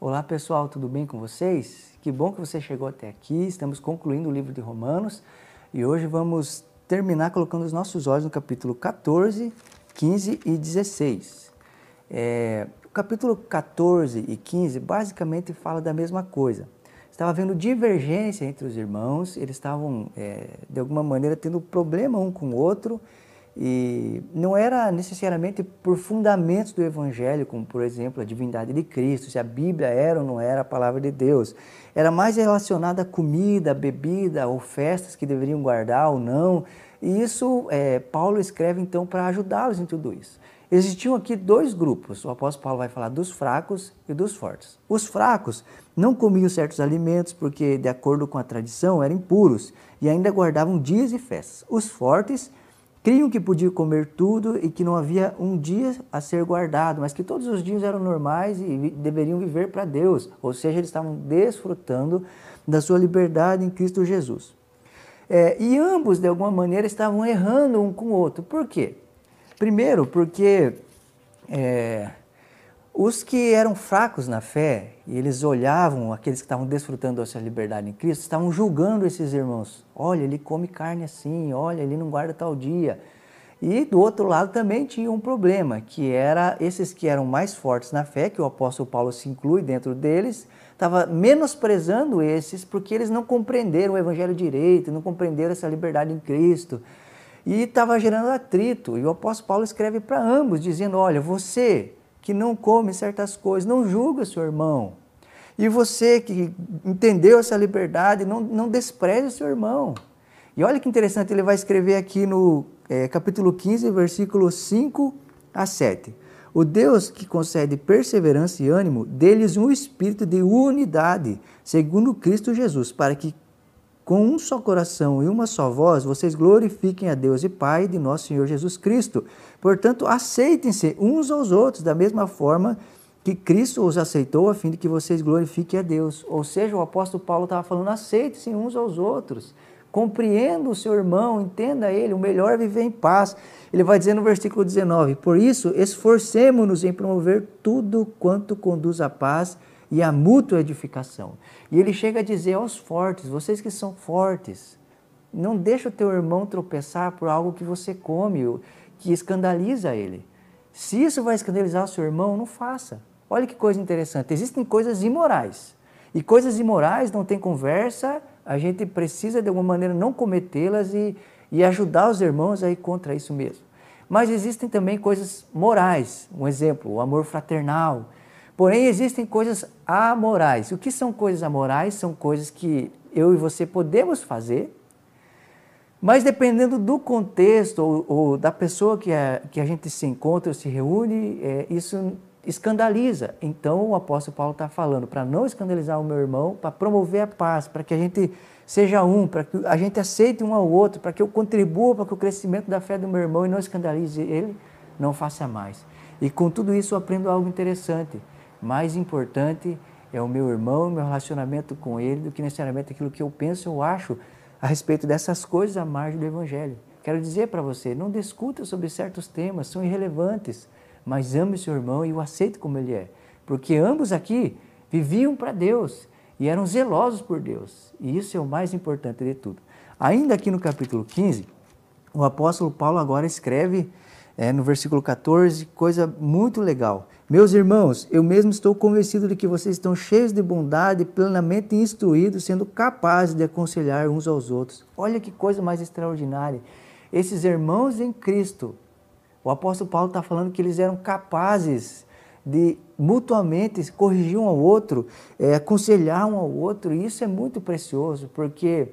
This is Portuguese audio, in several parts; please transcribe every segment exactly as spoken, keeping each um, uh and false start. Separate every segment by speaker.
Speaker 1: Olá pessoal, tudo bem com vocês? Que bom que você chegou até aqui, estamos concluindo o livro de Romanos e hoje vamos terminar colocando os nossos olhos no capítulo quatorze, quinze e dezesseis. É, o capítulo quatorze e quinze basicamente fala da mesma coisa. Estava havendo divergência entre os irmãos, eles estavam é, de alguma maneira tendo problema um com o outro, e não era necessariamente por fundamentos do Evangelho, como por exemplo a divindade de Cristo, se a Bíblia era ou não era a palavra de Deus. Era mais relacionada a comida, a bebida ou festas que deveriam guardar ou não. E isso é, Paulo escreve então para ajudá-los em tudo isso. Existiam aqui dois grupos, o apóstolo Paulo vai falar dos fracos e dos fortes. Os fracos não comiam certos alimentos porque, de acordo com a tradição, eram impuros e ainda guardavam dias e festas. Os fortes criam que podiam comer tudo e que não havia um dia a ser guardado, mas que todos os dias eram normais e deveriam viver para Deus, ou seja, eles estavam desfrutando da sua liberdade em Cristo Jesus. É, e ambos, de alguma maneira, estavam errando um com o outro. Por quê? Primeiro, porque é, os que eram fracos na fé, e eles olhavam aqueles que estavam desfrutando da sua liberdade em Cristo, estavam julgando esses irmãos. Olha, ele come carne assim, olha, ele não guarda tal dia. E do outro lado também tinha um problema, que era esses que eram mais fortes na fé, que o apóstolo Paulo se inclui dentro deles, estava menosprezando esses porque eles não compreenderam o evangelho direito, não compreenderam essa liberdade em Cristo. E estava gerando atrito. E o apóstolo Paulo escreve para ambos, dizendo, olha, você que não come certas coisas, não julga seu irmão. E você que entendeu essa liberdade, não, não despreze o seu irmão. E olha que interessante, ele vai escrever aqui no é, capítulo quinze, versículos cinco a sete. O Deus que concede perseverança e ânimo, dê-lhes um espírito de unidade, segundo Cristo Jesus, para que com um só coração e uma só voz, vocês glorifiquem a Deus e Pai de nosso Senhor Jesus Cristo. Portanto, aceitem-se uns aos outros da mesma forma que Cristo os aceitou, a fim de que vocês glorifiquem a Deus. Ou seja, o apóstolo Paulo estava falando, aceitem-se uns aos outros. Compreenda o seu irmão, entenda ele, o melhor é viver em paz. Ele vai dizer no versículo dezenove, por isso, esforcemo-nos em promover tudo quanto conduz à paz e a mútua edificação. E ele chega a dizer aos fortes, vocês que são fortes, não deixa o teu irmão tropeçar por algo que você come, que escandaliza ele. Se isso vai escandalizar o seu irmão, não faça. Olha que coisa interessante, existem coisas imorais. E coisas imorais não tem conversa, a gente precisa de alguma maneira não cometê-las e, e ajudar os irmãos a ir contra isso mesmo. Mas existem também coisas morais, um exemplo, o amor fraternal. Porém, existem coisas amorais. O que são coisas amorais? São coisas que eu e você podemos fazer, mas dependendo do contexto ou, ou da pessoa que a, que a gente se encontra ou se reúne, é, isso escandaliza. Então, o apóstolo Paulo está falando para não escandalizar o meu irmão, para promover a paz, para que a gente seja um, para que a gente aceite um ao outro, para que eu contribua para que o crescimento da fé do meu irmão e não escandalize ele, não faça mais. E com tudo isso eu aprendo algo interessante. Mais importante é o meu irmão, o meu relacionamento com ele, do que necessariamente aquilo que eu penso ou acho a respeito dessas coisas à margem do Evangelho. Quero dizer para você, não discuta sobre certos temas, são irrelevantes, mas ame o seu irmão e o aceite como ele é. Porque ambos aqui viviam para Deus e eram zelosos por Deus. E isso é o mais importante de tudo. Ainda aqui no capítulo quinze, o apóstolo Paulo agora escreve é, no versículo quatorze, coisa muito legal. Meus irmãos, eu mesmo estou convencido de que vocês estão cheios de bondade, plenamente instruídos, sendo capazes de aconselhar uns aos outros. Olha que coisa mais extraordinária. Esses irmãos em Cristo, o apóstolo Paulo está falando que eles eram capazes de mutuamente corrigir um ao outro, é, aconselhar um ao outro. E isso é muito precioso, porque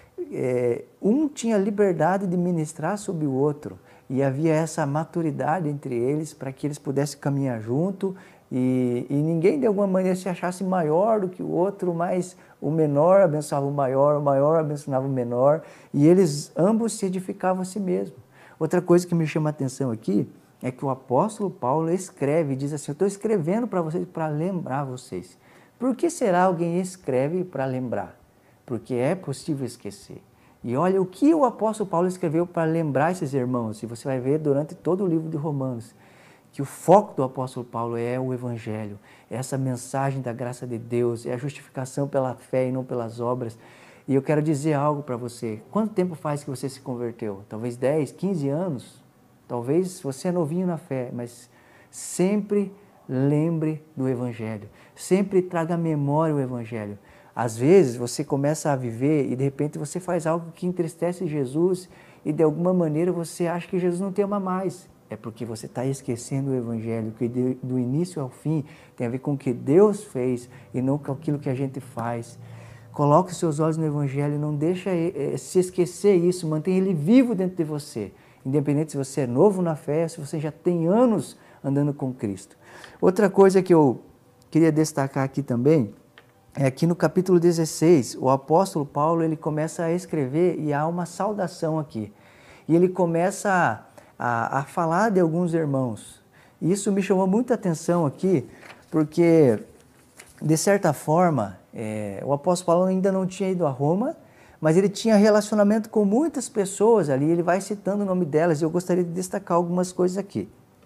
Speaker 1: é, um tinha liberdade de ministrar sobre o outro. E havia essa maturidade entre eles para que eles pudessem caminhar junto e, e ninguém de alguma maneira se achasse maior do que o outro, mas o menor abençoava o maior, o maior abençoava o menor e eles ambos se edificavam a si mesmos. Outra coisa que me chama a atenção aqui é que o apóstolo Paulo escreve, diz assim, eu estou escrevendo para vocês para lembrar vocês. Por que será alguém escreve para lembrar? Porque é possível esquecer. E olha o que o apóstolo Paulo escreveu para lembrar esses irmãos, e você vai ver durante todo o livro de Romanos, que o foco do apóstolo Paulo é o Evangelho, é essa mensagem da graça de Deus, é a justificação pela fé e não pelas obras. E eu quero dizer algo para você. Quanto tempo faz que você se converteu? Talvez dez, quinze anos? Talvez você é novinho na fé, mas sempre lembre do Evangelho. Sempre traga à memória o Evangelho. Às vezes você começa a viver e de repente você faz algo que entristece Jesus e de alguma maneira você acha que Jesus não te ama mais. É porque você está esquecendo o Evangelho, que do início ao fim tem a ver com o que Deus fez e não com aquilo que a gente faz. Coloque os seus olhos no Evangelho, não deixa se esquecer isso, mantenha ele vivo dentro de você. Independente se você é novo na fé, se você já tem anos andando com Cristo. Outra coisa que eu queria destacar aqui também, é que no capítulo dezesseis, o apóstolo Paulo ele começa a escrever e há uma saudação aqui. E ele começa a A, a falar de alguns irmãos. E isso me chamou muita atenção aqui, porque, de certa forma, é, o apóstolo Paulo ainda não tinha ido a Roma, mas ele tinha relacionamento com muitas pessoas ali, ele vai citando o nome delas, e eu gostaria de destacar algumas coisas aqui.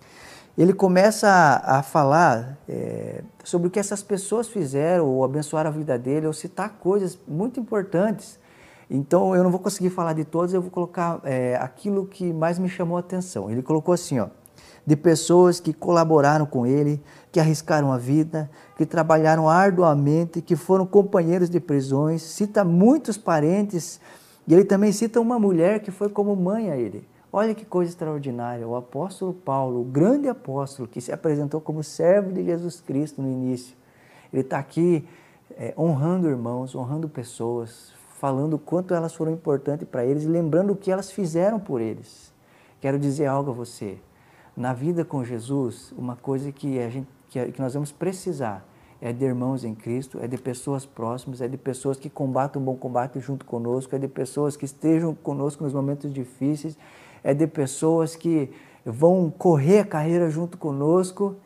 Speaker 1: Ele começa a, a falar é, sobre o que essas pessoas fizeram, ou abençoar a vida dele, ou citar coisas muito importantes. Então, eu não vou conseguir falar de todos, eu vou colocar é, aquilo que mais me chamou a atenção. Ele colocou assim, ó, de pessoas que colaboraram com ele, que arriscaram a vida, que trabalharam arduamente, que foram companheiros de prisões, cita muitos parentes, e ele também cita uma mulher que foi como mãe a ele. Olha que coisa extraordinária, o apóstolo Paulo, o grande apóstolo, que se apresentou como servo de Jesus Cristo no início, ele está aqui é, honrando irmãos, honrando pessoas, falando o quanto elas foram importantes para eles e lembrando o que elas fizeram por eles. Quero dizer algo a você. Na vida com Jesus, uma coisa que, a gente, que, que nós vamos precisar é de irmãos em Cristo, é de pessoas próximas, é de pessoas que combatam o bom combate junto conosco, é de pessoas que estejam conosco nos momentos difíceis, é de pessoas que vão correr a carreira junto conosco.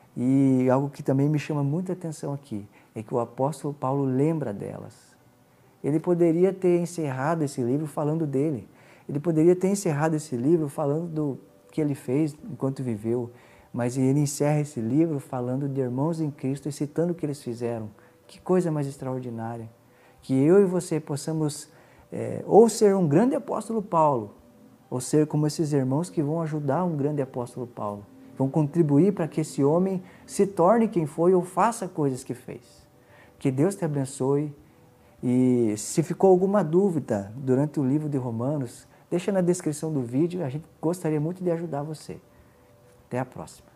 Speaker 1: E algo que também me chama muita atenção aqui é que o apóstolo Paulo lembra delas. Ele poderia ter encerrado esse livro falando dele. Ele poderia ter encerrado esse livro falando do que ele fez enquanto viveu. Mas ele encerra esse livro falando de irmãos em Cristo e citando o que eles fizeram. Que coisa mais extraordinária. Que eu e você possamos é, ou ser um grande apóstolo Paulo, ou ser como esses irmãos que vão ajudar um grande apóstolo Paulo. Vão contribuir para que esse homem se torne quem foi ou faça coisas que fez. Que Deus te abençoe. E se ficou alguma dúvida durante o livro de Romanos, deixa na descrição do vídeo, a gente gostaria muito de ajudar você. Até a próxima.